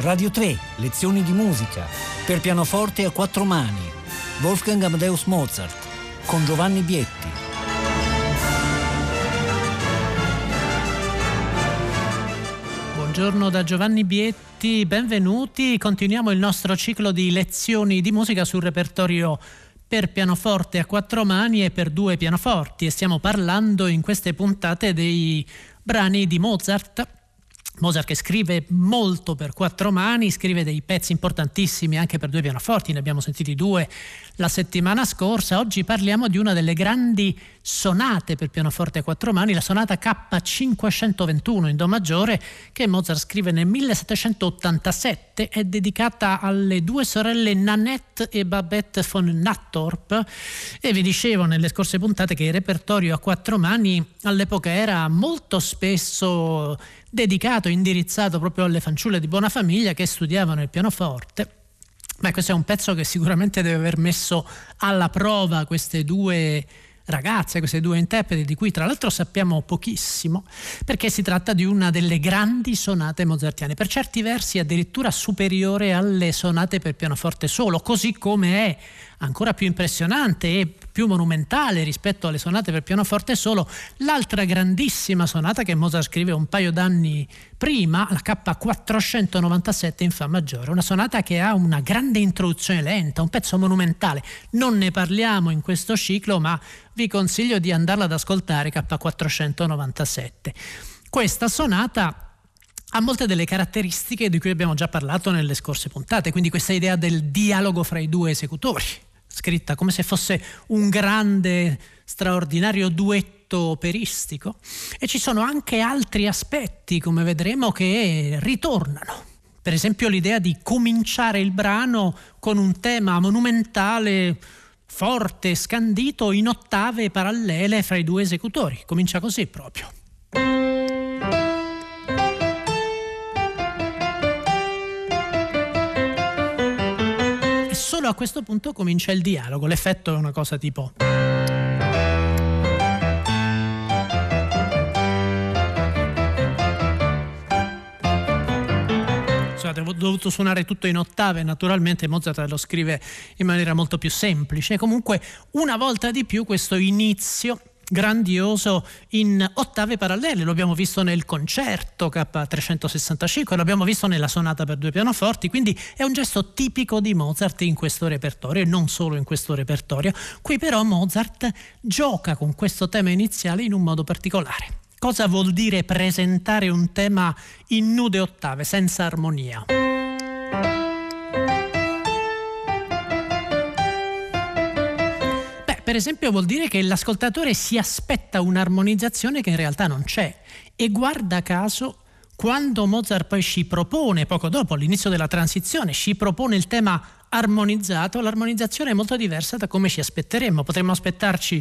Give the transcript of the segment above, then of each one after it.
Radio 3, lezioni di musica, per pianoforte a quattro mani, Wolfgang Amadeus Mozart, con Giovanni Bietti. Buongiorno da Giovanni Bietti, benvenuti. Continuiamo il nostro ciclo di lezioni di musica sul repertorio per pianoforte a quattro mani e per due pianoforti, e stiamo parlando in queste puntate dei brani di Mozart. Mozart che scrive molto per quattro mani, scrive dei pezzi importantissimi anche per due pianoforti, ne abbiamo sentiti due la settimana scorsa. Oggi parliamo di una delle grandi sonate per pianoforte a quattro mani, la sonata K521 in Do maggiore, che Mozart scrive nel 1787, è dedicata alle due sorelle Nanette e Babette von Nattorp, e vi dicevo nelle scorse puntate che il repertorio a quattro mani all'epoca era molto spesso dedicato, indirizzato proprio alle fanciulle di buona famiglia che studiavano il pianoforte. Ma questo è un pezzo che sicuramente deve aver messo alla prova queste due ragazze, questi due interpreti, di cui tra l'altro sappiamo pochissimo, perché si tratta di una delle grandi sonate mozartiane, per certi versi addirittura superiore alle sonate per pianoforte solo, così come è ancora più impressionante e più monumentale rispetto alle sonate per pianoforte solo l'altra grandissima sonata che Mozart scrive un paio d'anni prima, la K497 in Fa maggiore, una sonata che ha una grande introduzione lenta, un pezzo monumentale. Non ne parliamo in questo ciclo, ma vi consiglio di andarla ad ascoltare, K497. Questa sonata ha molte delle caratteristiche di cui abbiamo già parlato nelle scorse puntate, quindi questa idea del dialogo fra i due esecutori, scritta come se fosse un grande, straordinario duetto operistico, e ci sono anche altri aspetti, come vedremo, che ritornano. Per esempio l'idea di cominciare il brano con un tema monumentale, forte, scandito, in ottave parallele fra i due esecutori. Comincia così proprio. Solo a questo punto comincia il dialogo, l'effetto è una cosa tipo... Scusate, ho dovuto suonare tutto in ottave, naturalmente Mozart lo scrive in maniera molto più semplice. Comunque una volta di più questo inizio grandioso in ottave parallele lo abbiamo visto nel concerto K365, lo abbiamo visto nella sonata per due pianoforti, quindi è un gesto tipico di Mozart in questo repertorio, e non solo in questo repertorio. Qui però Mozart gioca con questo tema iniziale in un modo particolare. Cosa vuol dire presentare un tema in nude ottave, senza armonia? Per esempio vuol dire che l'ascoltatore si aspetta un'armonizzazione che in realtà non c'è, e guarda caso quando Mozart poi ci propone, poco dopo all'inizio della transizione, ci propone il tema armonizzato, l'armonizzazione è molto diversa da come ci aspetteremmo. Potremmo aspettarci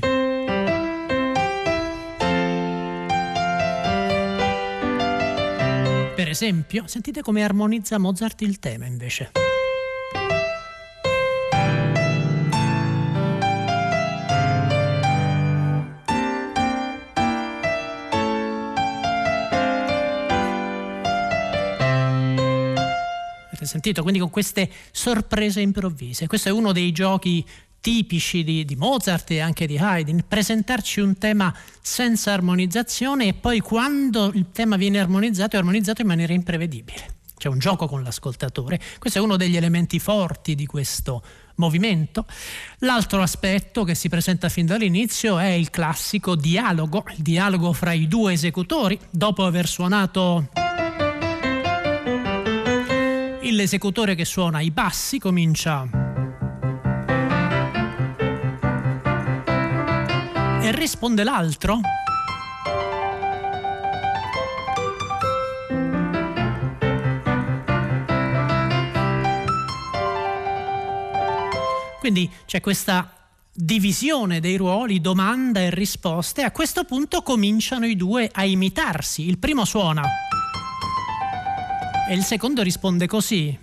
per esempio, sentite come armonizza Mozart il tema invece. Sentito? Quindi con queste sorprese improvvise. Questo è uno dei giochi tipici di Mozart e anche di Haydn, presentarci un tema senza armonizzazione e poi quando il tema viene armonizzato è armonizzato in maniera imprevedibile. C'è un gioco con l'ascoltatore. Questo è uno degli elementi forti di questo movimento. L'altro aspetto che si presenta fin dall'inizio è il classico dialogo, il dialogo fra i due esecutori. Dopo aver suonato l'esecutore che suona i bassi, comincia e risponde l'altro. Quindi c'è questa divisione dei ruoli, domanda e risposta, e a questo punto cominciano i due a imitarsi. Il primo suona e il secondo risponde così.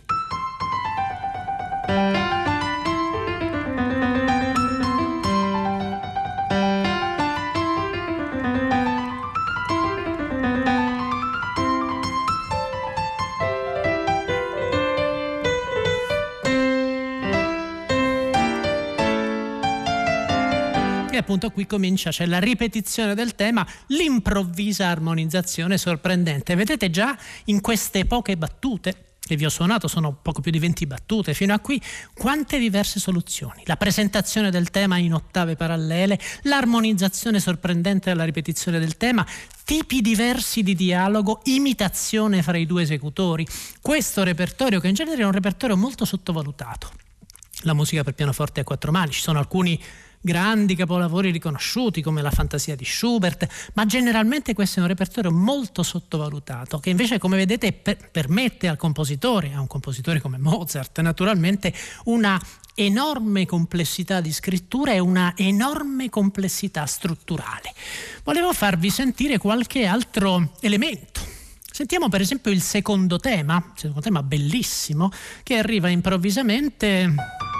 E appunto qui comincia, c'è la ripetizione del tema, l'improvvisa armonizzazione sorprendente. Vedete già in queste poche battute che vi ho suonato, sono poco più di 20 battute fino a qui, quante diverse soluzioni: la presentazione del tema in ottave parallele, l'armonizzazione sorprendente della ripetizione del tema, tipi diversi di dialogo, imitazione fra i due esecutori. Questo repertorio, che in genere è un repertorio molto sottovalutato, la musica per pianoforte a quattro mani. Ci sono alcuni grandi capolavori riconosciuti come la Fantasia di Schubert, ma generalmente questo è un repertorio molto sottovalutato, che invece, come vedete, permette al compositore, a un compositore come Mozart naturalmente, una enorme complessità di scrittura e una enorme complessità strutturale. Volevo farvi sentire qualche altro elemento. Sentiamo per esempio il secondo tema bellissimo, che arriva improvvisamente.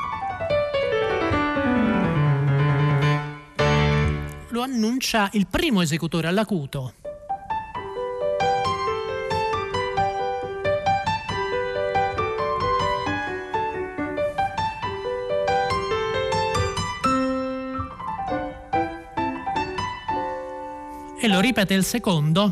Lo annuncia il primo esecutore all'acuto. E lo ripete il secondo,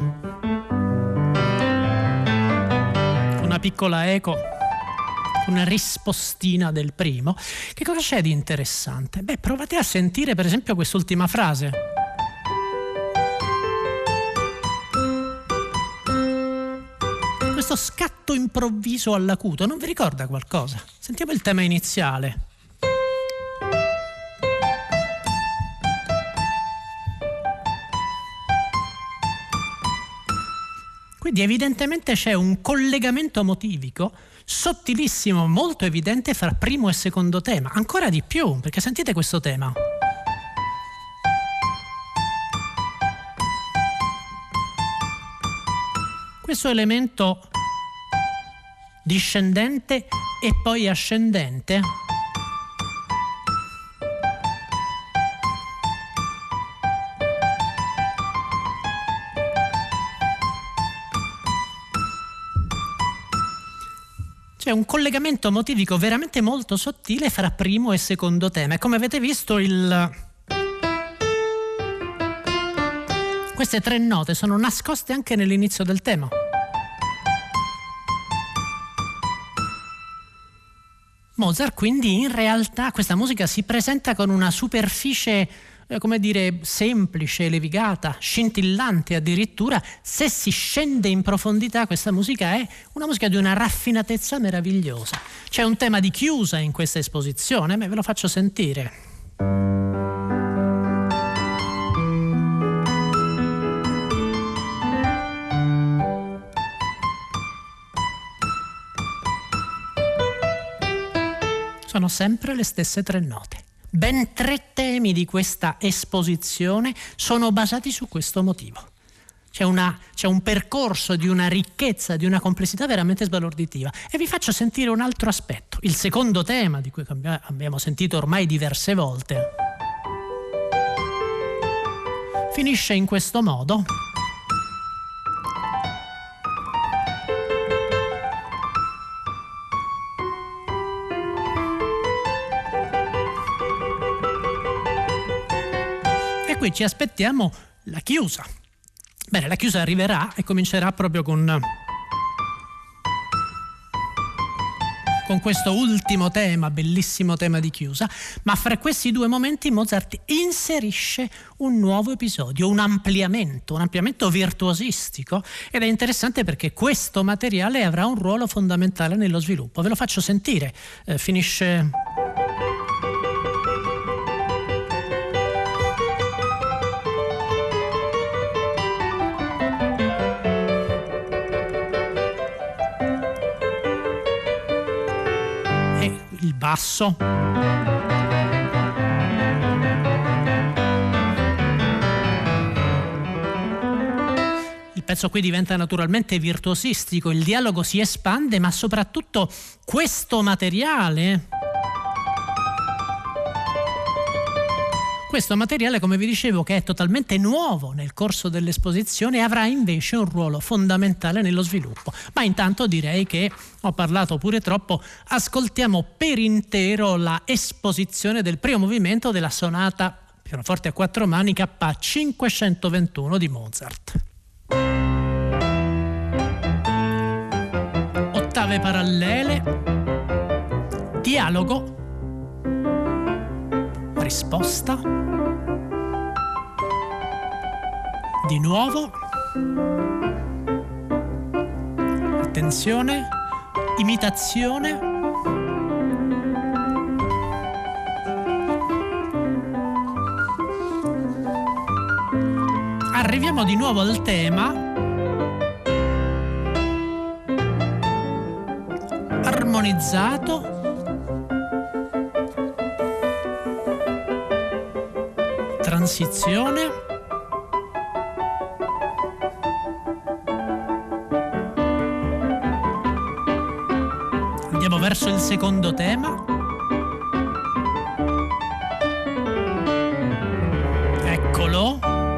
una piccola eco, una rispostina del primo. Che cosa c'è di interessante? Beh, provate a sentire per esempio quest'ultima frase. Questo scatto improvviso all'acuto non vi ricorda qualcosa? Sentiamo il tema iniziale. Quindi evidentemente c'è un collegamento motivico sottilissimo, molto evidente fra primo e secondo tema, ancora di più, perché sentite questo tema. Questo elemento discendente e poi ascendente c'è un collegamento motivico veramente molto sottile fra primo e secondo tema. E come avete visto, queste tre note sono nascoste anche nell'inizio del tema. Mozart quindi in realtà questa musica si presenta con una superficie semplice, levigata, scintillante addirittura. Se si scende in profondità, questa musica è una musica di una raffinatezza meravigliosa. C'è un tema di chiusa in questa esposizione, ma ve lo faccio sentire. Sono sempre le stesse tre note. Ben tre temi di questa esposizione sono basati su questo motivo. C'è un percorso di una ricchezza, di una complessità veramente sbalorditiva. E vi faccio sentire un altro aspetto. Il secondo tema, di cui abbiamo sentito ormai diverse volte, finisce in questo modo. Qui ci aspettiamo la chiusa. Bene, la chiusa arriverà e comincerà proprio con questo ultimo tema, bellissimo tema di chiusa, ma fra questi due momenti Mozart inserisce un nuovo episodio, un ampliamento virtuosistico, ed è interessante perché questo materiale avrà un ruolo fondamentale nello sviluppo. Ve lo faccio sentire. Finisce. Il basso. Il pezzo qui diventa naturalmente virtuosistico, il dialogo si espande, ma soprattutto questo materiale, come vi dicevo, che è totalmente nuovo nel corso dell'esposizione, avrà invece un ruolo fondamentale nello sviluppo. Ma intanto direi che ho parlato pure troppo. Ascoltiamo per intero la esposizione del primo movimento della sonata pianoforte a quattro mani K521 di Mozart. Ottave parallele, dialogo, risposta, di nuovo, attenzione, imitazione, arriviamo di nuovo al tema, armonizzato, transizione, andiamo verso il secondo tema, eccolo,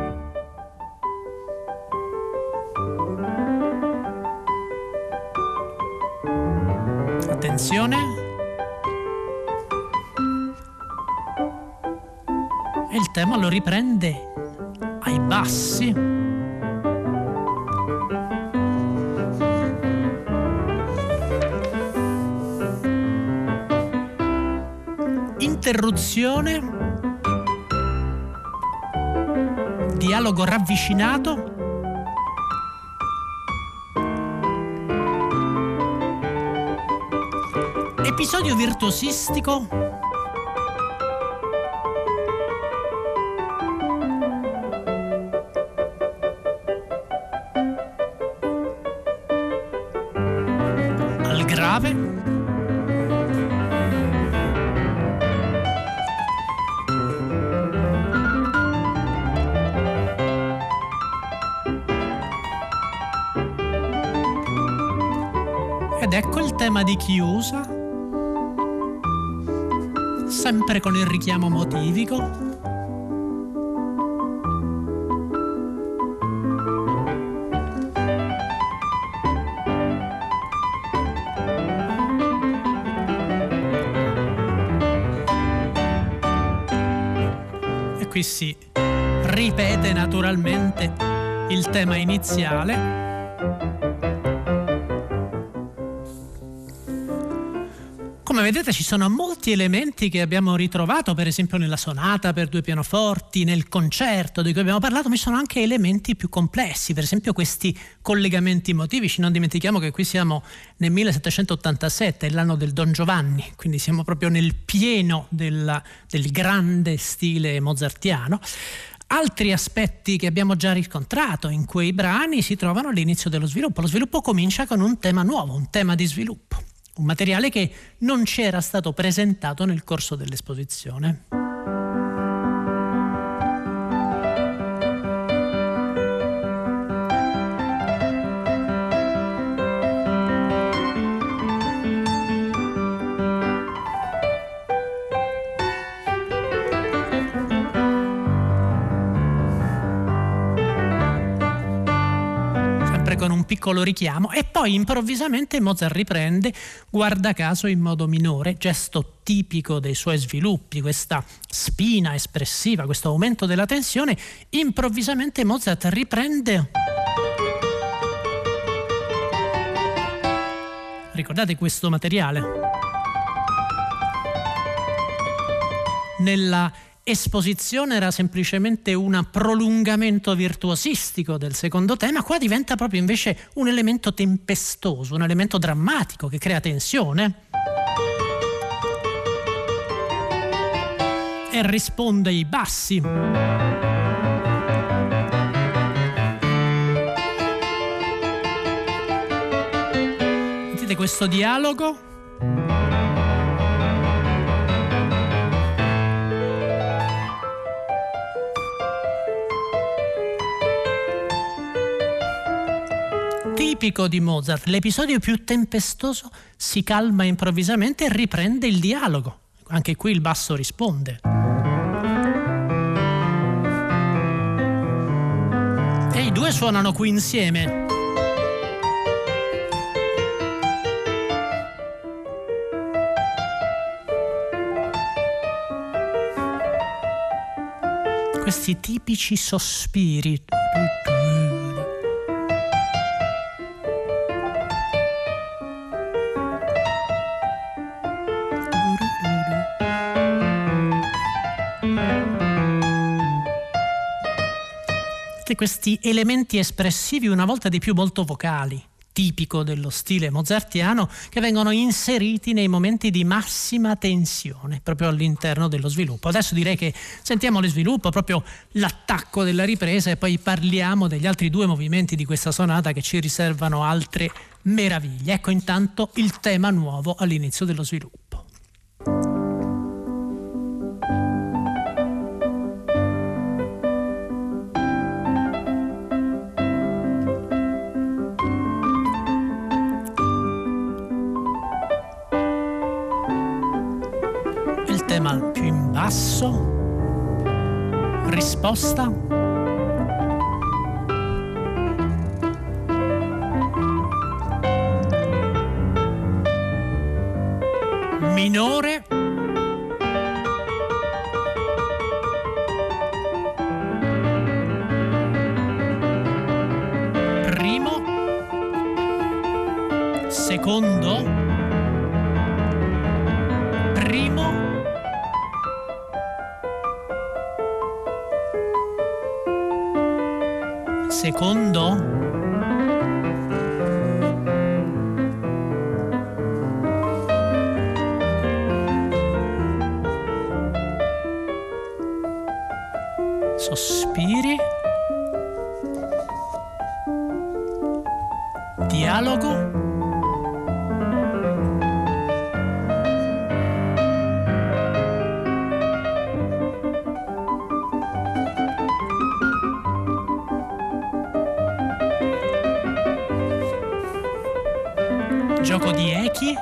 attenzione, e il tema lo riprende ai bassi, interruzione, dialogo ravvicinato, episodio virtuosistico, al grave, ed ecco il tema di chiusa, sempre con il richiamo motivico. E qui si ripete naturalmente il tema iniziale. Come vedete ci sono molti elementi che abbiamo ritrovato, per esempio nella sonata per due pianoforti, nel concerto di cui abbiamo parlato, ma ci sono anche elementi più complessi, per esempio questi collegamenti motivici. Non dimentichiamo che qui siamo nel 1787, è l'anno del Don Giovanni, quindi siamo proprio nel pieno del grande stile mozartiano. Altri aspetti che abbiamo già riscontrato in quei brani si trovano all'inizio dello sviluppo. Lo sviluppo comincia con un tema nuovo, un tema di sviluppo. Un materiale che non ci era stato presentato nel corso dell'esposizione. Con un piccolo richiamo, e poi improvvisamente Mozart riprende, guarda caso in modo minore, gesto tipico dei suoi sviluppi, questa spina espressiva, questo aumento della tensione. Improvvisamente Mozart riprende, ricordate questo materiale, nella esposizione era semplicemente un prolungamento virtuosistico del secondo tema, qua diventa proprio invece un elemento tempestoso, un elemento drammatico che crea tensione e risponde ai bassi. Sentite questo dialogo? Tipico di Mozart, l'episodio più tempestoso si calma improvvisamente e riprende il dialogo. Anche qui il basso risponde. E i due suonano qui insieme. questi tipici sospiri. Questi elementi espressivi, una volta di più molto vocali, tipico dello stile mozartiano, che vengono inseriti nei momenti di massima tensione proprio all'interno dello sviluppo. Adesso direi che sentiamo lo sviluppo, proprio l'attacco della ripresa, e poi parliamo degli altri due movimenti di questa sonata che ci riservano altre meraviglie. Ecco intanto il tema nuovo all'inizio dello sviluppo. Tema più in basso, risposta, minore, primo, secondo, primo, secondo, sospiri, dialogo, gioco di echi,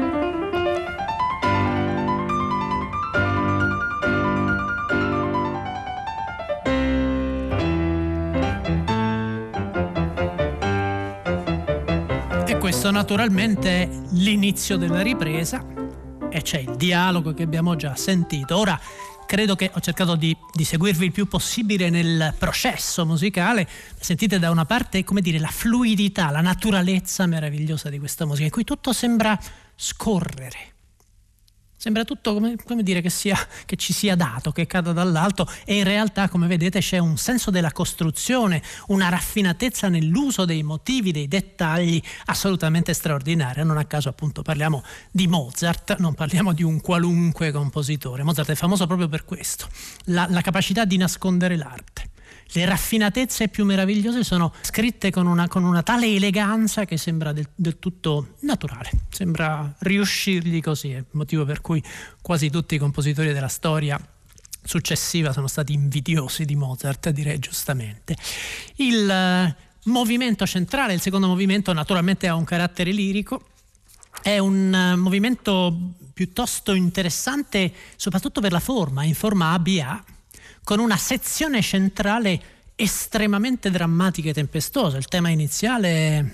e questo naturalmente è l'inizio della ripresa, e c'è il dialogo che abbiamo già sentito. Ora credo che ho cercato di seguirvi il più possibile nel processo musicale. Sentite da una parte, come dire, la fluidità, la naturalezza meravigliosa di questa musica, in cui tutto sembra scorrere. Sembra tutto come dire che ci sia dato, che cada dall'alto, e in realtà, come vedete, c'è un senso della costruzione, una raffinatezza nell'uso dei motivi, dei dettagli assolutamente straordinaria. Non a caso appunto parliamo di Mozart, non parliamo di un qualunque compositore. Mozart è famoso proprio per questo, la capacità di nascondere l'arte. Le raffinatezze più meravigliose sono scritte con una tale eleganza che sembra del tutto naturale, sembra riuscirgli così. È il motivo per cui quasi tutti i compositori della storia successiva sono stati invidiosi di Mozart, direi giustamente. Il movimento centrale, il secondo movimento, naturalmente ha un carattere lirico. È un movimento piuttosto interessante, soprattutto per la forma, in forma ABA, con una sezione centrale estremamente drammatica e tempestosa. Il tema iniziale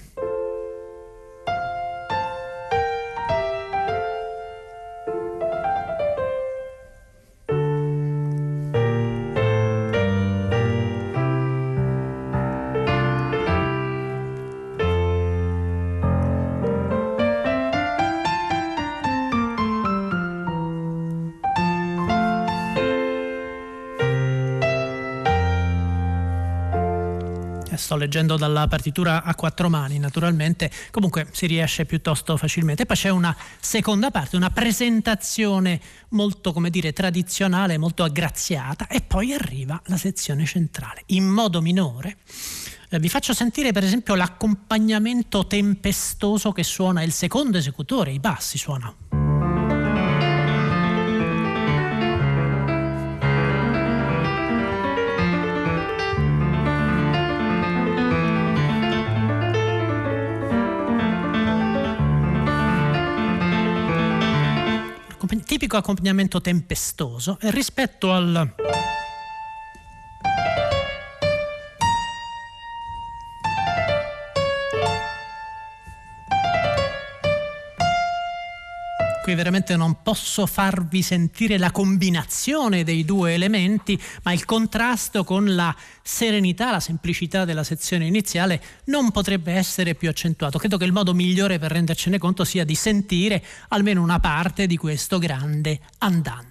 sto leggendo dalla partitura a quattro mani, naturalmente, comunque si riesce piuttosto facilmente. Poi c'è una seconda parte, una presentazione molto, come dire, tradizionale, molto aggraziata, e poi arriva la sezione centrale in modo minore. Vi faccio sentire per esempio l'accompagnamento tempestoso che suona il secondo esecutore, i bassi suonano. Tipico accompagnamento tempestoso, e rispetto al Qui veramente non posso farvi sentire la combinazione dei due elementi, ma il contrasto con la serenità, la semplicità della sezione iniziale non potrebbe essere più accentuato. Credo che il modo migliore per rendercene conto sia di sentire almeno una parte di questo grande andante.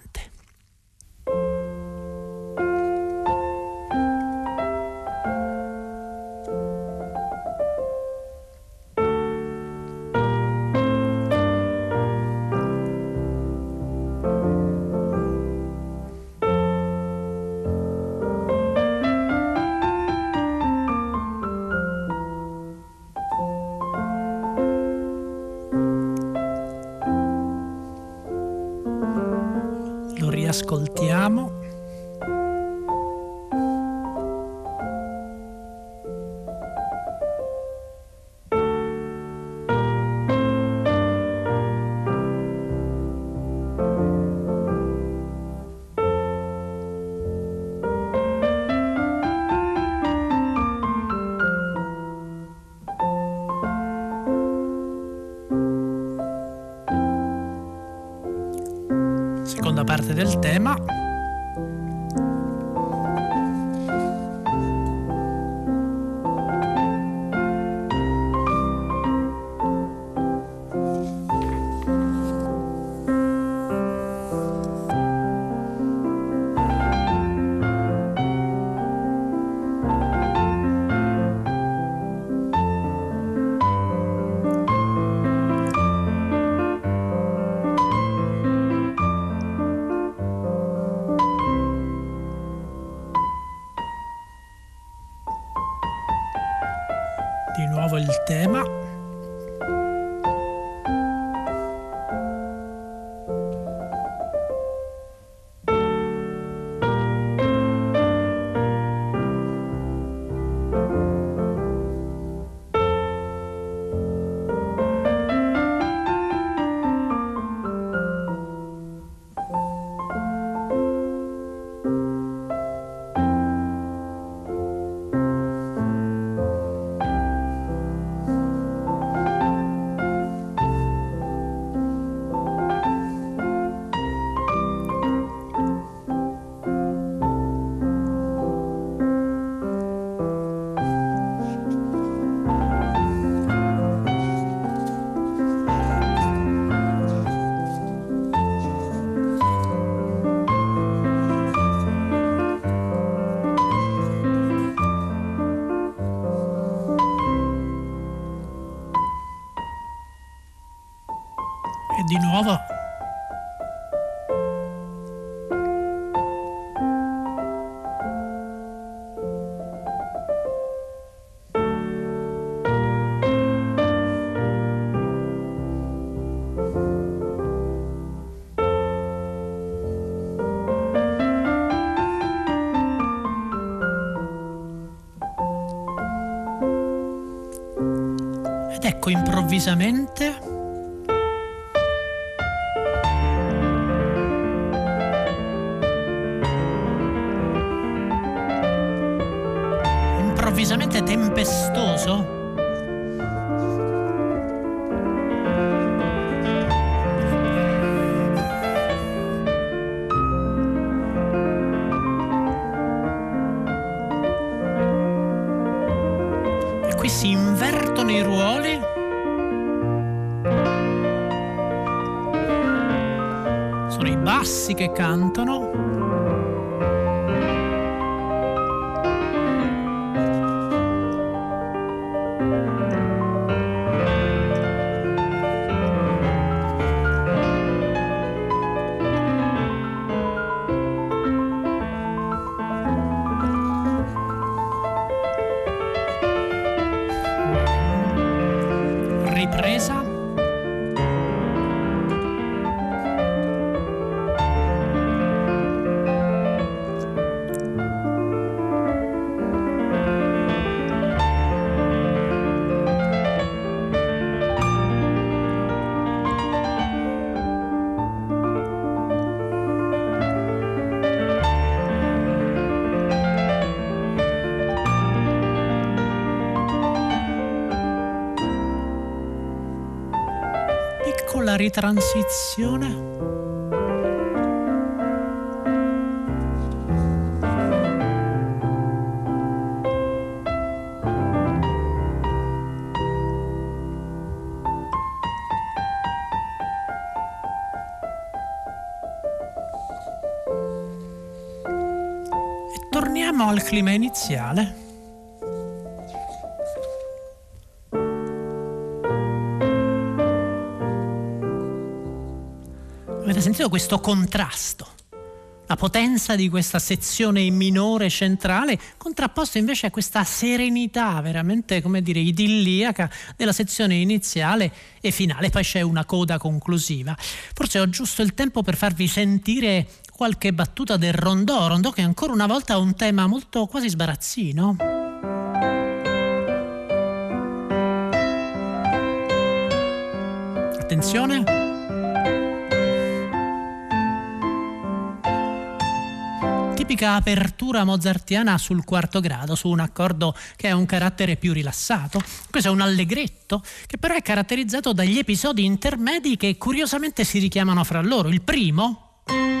Ascoltiamo. Seconda parte del tema. Di nuovo il tema. E di nuovo. Ed ecco improvvisamente tempestoso, e qui si invertono i ruoli. Sono i bassi che cantano. Ripresa. ecco la ritransizione. E torniamo al clima iniziale. Avete sentito questo contrasto? La potenza di questa sezione in minore centrale contrapposta invece a questa serenità veramente, come dire, idilliaca della sezione iniziale e finale. Poi c'è una coda conclusiva. Forse ho giusto il tempo per farvi sentire qualche battuta del rondò che ancora una volta ha un tema molto quasi sbarazzino. Attenzione. Tipica apertura mozartiana sul quarto grado, su un accordo che ha un carattere più rilassato. Questo è un allegretto che però è caratterizzato dagli episodi intermedi che curiosamente si richiamano fra loro. Il primo,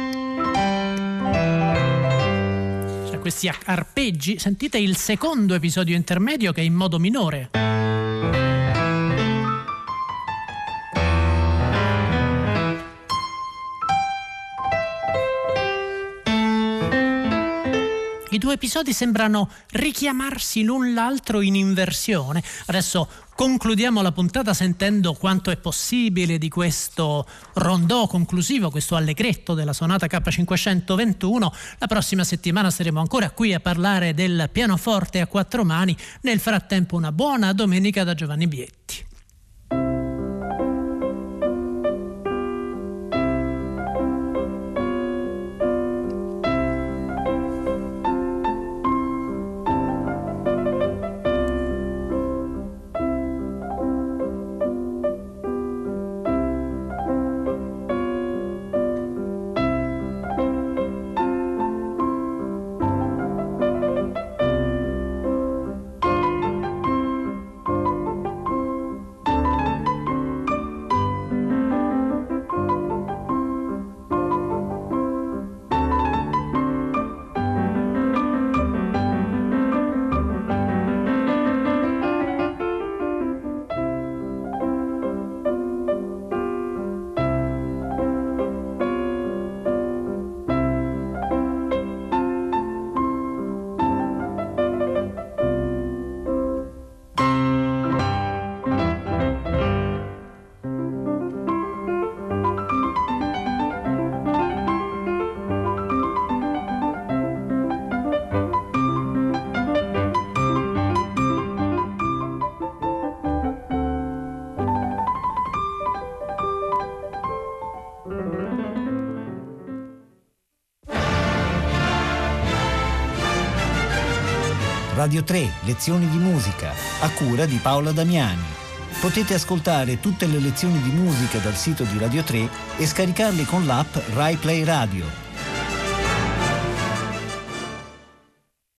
cioè questi arpeggi, sentite il secondo episodio intermedio che è in modo minore. I due episodi sembrano richiamarsi l'un l'altro in inversione. Adesso concludiamo la puntata sentendo quanto è possibile di questo rondò conclusivo, questo allegretto della sonata K521. La prossima settimana saremo ancora qui a parlare del pianoforte a quattro mani. Nel frattempo una buona domenica da Giovanni Bietti. Radio 3, lezioni di musica, a cura di Paola Damiani. Potete ascoltare tutte le lezioni di musica dal sito di Radio 3 e scaricarle con l'app Rai Play Radio.